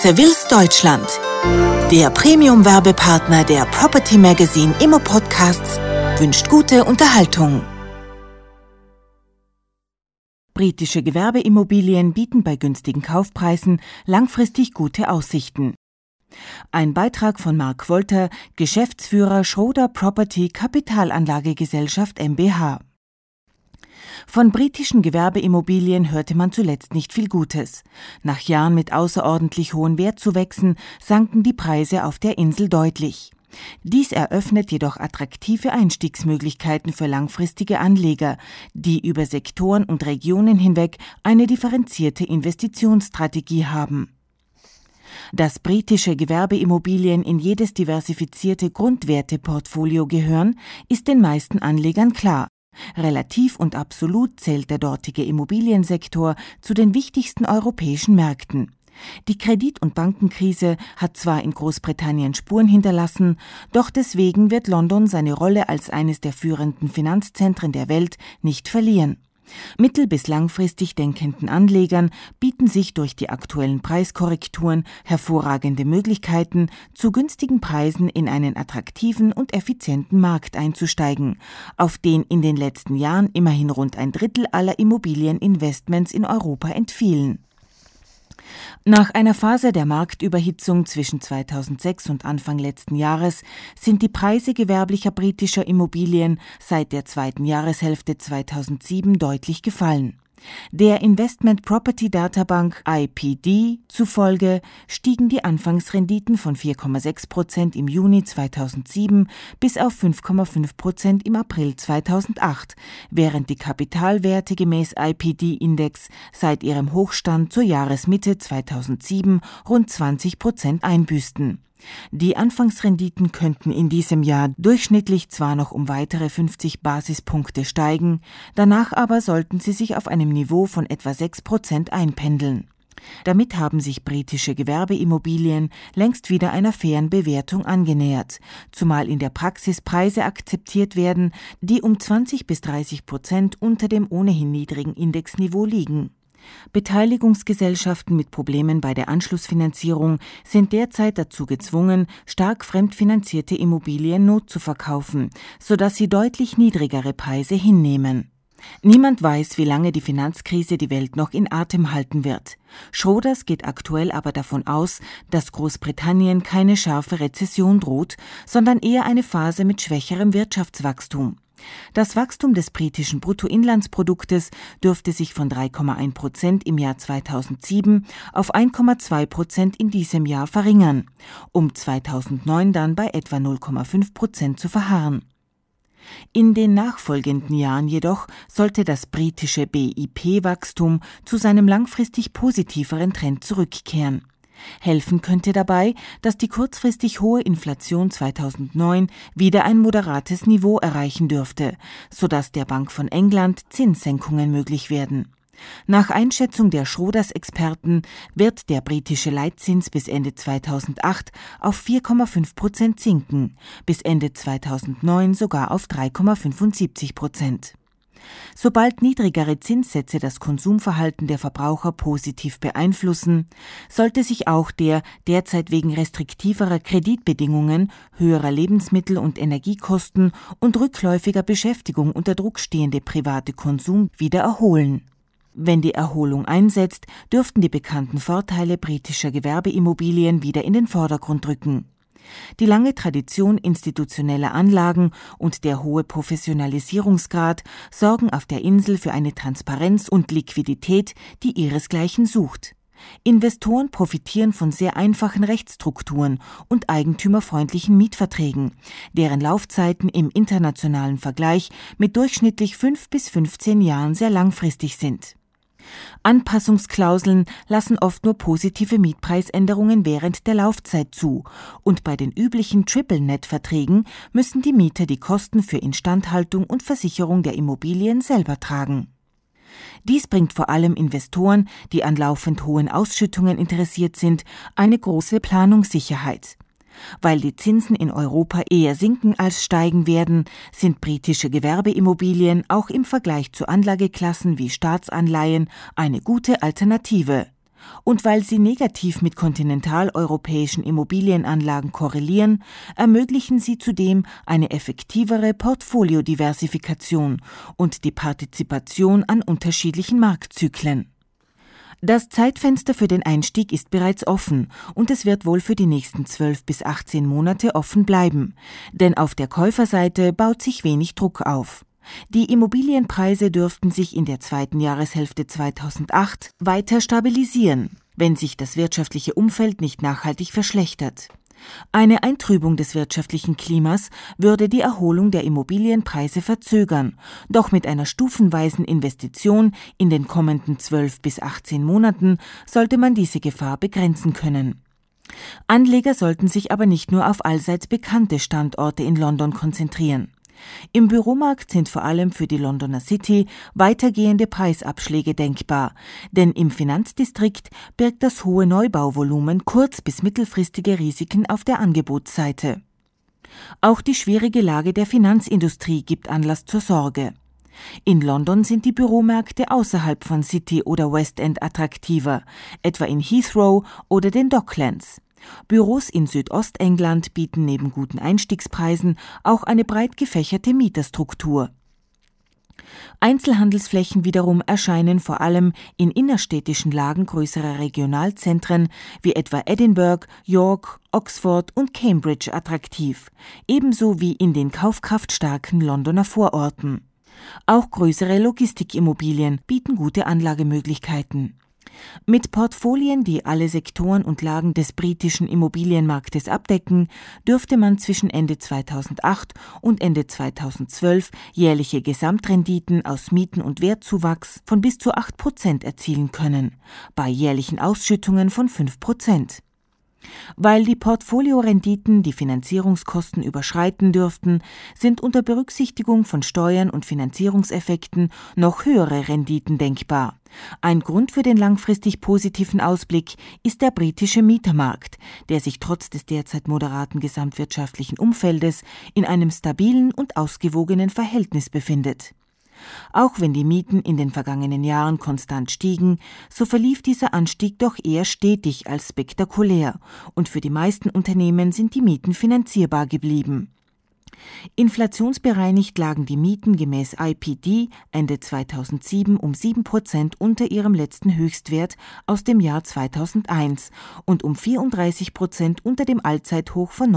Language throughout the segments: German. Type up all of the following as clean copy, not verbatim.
Seville's Deutschland, der Premium-Werbepartner der Property Magazine Immo-Podcasts, wünscht gute Unterhaltung. Britische Gewerbeimmobilien bieten bei günstigen Kaufpreisen langfristig gute Aussichten. Ein Beitrag von Mark Wolter, Geschäftsführer Schroder Property Kapitalanlagegesellschaft mbH. Von britischen Gewerbeimmobilien hörte man zuletzt nicht viel Gutes. Nach Jahren mit außerordentlich hohen Wertzuwächsen sanken die Preise auf der Insel deutlich. Dies eröffnet jedoch attraktive Einstiegsmöglichkeiten für langfristige Anleger, die über Sektoren und Regionen hinweg eine differenzierte Investitionsstrategie haben. Dass britische Gewerbeimmobilien in jedes diversifizierte Grundwerteportfolio gehören, ist den meisten Anlegern klar. Relativ und absolut zählt der dortige Immobiliensektor zu den wichtigsten europäischen Märkten. Die Kredit- und Bankenkrise hat zwar in Großbritannien Spuren hinterlassen, doch deswegen wird London seine Rolle als eines der führenden Finanzzentren der Welt nicht verlieren. Mittel- bis langfristig denkenden Anlegern bieten sich durch die aktuellen Preiskorrekturen hervorragende Möglichkeiten, zu günstigen Preisen in einen attraktiven und effizienten Markt einzusteigen, auf den in den letzten Jahren immerhin rund ein Drittel aller Immobilieninvestments in Europa entfielen. Nach einer Phase der Marktüberhitzung zwischen 2006 und Anfang letzten Jahres sind die Preise gewerblicher britischer Immobilien seit der zweiten Jahreshälfte 2007 deutlich gefallen. Der Investment Property Databank IPD zufolge stiegen die Anfangsrenditen von 4,6% im Juni 2007 bis auf 5,5% im April 2008, während die Kapitalwerte gemäß IPD-Index seit ihrem Hochstand zur Jahresmitte 2007 rund 20% einbüßten. Die Anfangsrenditen könnten in diesem Jahr durchschnittlich zwar noch um weitere 50 Basispunkte steigen, danach aber sollten sie sich auf einem Niveau von etwa 6% einpendeln. Damit haben sich britische Gewerbeimmobilien längst wieder einer fairen Bewertung angenähert, zumal in der Praxis Preise akzeptiert werden, die um 20-30% unter dem ohnehin niedrigen Indexniveau liegen. Beteiligungsgesellschaften mit Problemen bei der Anschlussfinanzierung sind derzeit dazu gezwungen, stark fremdfinanzierte Immobilien notzuverkaufen, sodass sie deutlich niedrigere Preise hinnehmen. Niemand weiß, wie lange die Finanzkrise die Welt noch in Atem halten wird. Schroders geht aktuell aber davon aus, dass Großbritannien keine scharfe Rezession droht, sondern eher eine Phase mit schwächerem Wirtschaftswachstum. Das Wachstum des britischen Bruttoinlandsproduktes dürfte sich von 3,1% im Jahr 2007 auf 1,2% in diesem Jahr verringern, um 2009 dann bei etwa 0,5% zu verharren. In den nachfolgenden Jahren jedoch sollte das britische BIP-Wachstum zu seinem langfristig positiveren Trend zurückkehren. Helfen könnte dabei, dass die kurzfristig hohe Inflation 2009 wieder ein moderates Niveau erreichen dürfte, sodass der Bank von England Zinssenkungen möglich werden. Nach Einschätzung der Schroders-Experten wird der britische Leitzins bis Ende 2008 auf 4,5% sinken, bis Ende 2009 sogar auf 3,75%. Sobald niedrigere Zinssätze das Konsumverhalten der Verbraucher positiv beeinflussen, sollte sich auch der derzeit wegen restriktiverer Kreditbedingungen, höherer Lebensmittel- und Energiekosten und rückläufiger Beschäftigung unter Druck stehende private Konsum wieder erholen. Wenn die Erholung einsetzt, dürften die bekannten Vorteile britischer Gewerbeimmobilien wieder in den Vordergrund rücken. Die lange Tradition institutioneller Anlagen und der hohe Professionalisierungsgrad sorgen auf der Insel für eine Transparenz und Liquidität, die ihresgleichen sucht. Investoren profitieren von sehr einfachen Rechtsstrukturen und eigentümerfreundlichen Mietverträgen, deren Laufzeiten im internationalen Vergleich mit durchschnittlich 5 bis 15 Jahren sehr langfristig sind. Anpassungsklauseln lassen oft nur positive Mietpreisänderungen während der Laufzeit zu und bei den üblichen Triple-Net-Verträgen müssen die Mieter die Kosten für Instandhaltung und Versicherung der Immobilien selber tragen. Dies bringt vor allem Investoren, die an laufend hohen Ausschüttungen interessiert sind, eine große Planungssicherheit. Weil die Zinsen in Europa eher sinken als steigen werden, sind britische Gewerbeimmobilien auch im Vergleich zu Anlageklassen wie Staatsanleihen eine gute Alternative. Und weil sie negativ mit kontinentaleuropäischen Immobilienanlagen korrelieren, ermöglichen sie zudem eine effektivere Portfoliodiversifikation und die Partizipation an unterschiedlichen Marktzyklen. Das Zeitfenster für den Einstieg ist bereits offen und es wird wohl für die nächsten 12 bis 18 Monate offen bleiben, denn auf der Käuferseite baut sich wenig Druck auf. Die Immobilienpreise dürften sich in der zweiten Jahreshälfte 2008 weiter stabilisieren, wenn sich das wirtschaftliche Umfeld nicht nachhaltig verschlechtert. Eine Eintrübung des wirtschaftlichen Klimas würde die Erholung der Immobilienpreise verzögern, doch mit einer stufenweisen Investition in den kommenden 12 bis 18 Monaten sollte man diese Gefahr begrenzen können. Anleger sollten sich aber nicht nur auf allseits bekannte Standorte in London konzentrieren. Im Büromarkt sind vor allem für die Londoner City weitergehende Preisabschläge denkbar, denn im Finanzdistrikt birgt das hohe Neubauvolumen kurz- bis mittelfristige Risiken auf der Angebotsseite. Auch die schwierige Lage der Finanzindustrie gibt Anlass zur Sorge. In London sind die Büromärkte außerhalb von City oder West End attraktiver, etwa in Heathrow oder den Docklands. Büros in Südostengland bieten neben guten Einstiegspreisen auch eine breit gefächerte Mieterstruktur. Einzelhandelsflächen wiederum erscheinen vor allem in innerstädtischen Lagen größerer Regionalzentren wie etwa Edinburgh, York, Oxford und Cambridge attraktiv, ebenso wie in den kaufkraftstarken Londoner Vororten. Auch größere Logistikimmobilien bieten gute Anlagemöglichkeiten. Mit Portfolien, die alle Sektoren und Lagen des britischen Immobilienmarktes abdecken, dürfte man zwischen Ende 2008 und Ende 2012 jährliche Gesamtrenditen aus Mieten und Wertzuwachs von bis zu 8% erzielen können, bei jährlichen Ausschüttungen von 5%. Weil die Portfoliorenditen die Finanzierungskosten überschreiten dürften, sind unter Berücksichtigung von Steuern und Finanzierungseffekten noch höhere Renditen denkbar. Ein Grund für den langfristig positiven Ausblick ist der britische Mietermarkt, der sich trotz des derzeit moderaten gesamtwirtschaftlichen Umfeldes in einem stabilen und ausgewogenen Verhältnis befindet. Auch wenn die Mieten in den vergangenen Jahren konstant stiegen, so verlief dieser Anstieg doch eher stetig als spektakulär und für die meisten Unternehmen sind die Mieten finanzierbar geblieben. Inflationsbereinigt lagen die Mieten gemäß IPD Ende 2007 um 7% unter ihrem letzten Höchstwert aus dem Jahr 2001 und um 34% unter dem Allzeithoch von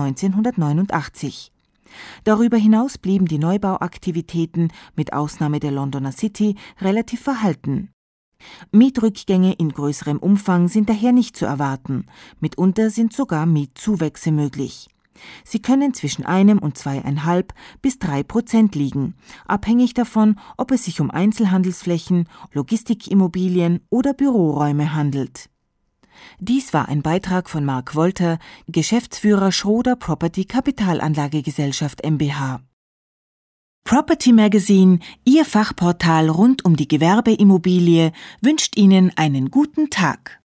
1989. Darüber hinaus blieben die Neubauaktivitäten mit Ausnahme der Londoner City relativ verhalten. Mietrückgänge in größerem Umfang sind daher nicht zu erwarten, mitunter sind sogar Mietzuwächse möglich. Sie können zwischen 1 und 2,5 bis 3% liegen, abhängig davon, ob es sich um Einzelhandelsflächen, Logistikimmobilien oder Büroräume handelt. Dies war ein Beitrag von Mark Wolter, Geschäftsführer Schroder Property Kapitalanlagegesellschaft mbH. Property Magazine, Ihr Fachportal rund um die Gewerbeimmobilie, wünscht Ihnen einen guten Tag.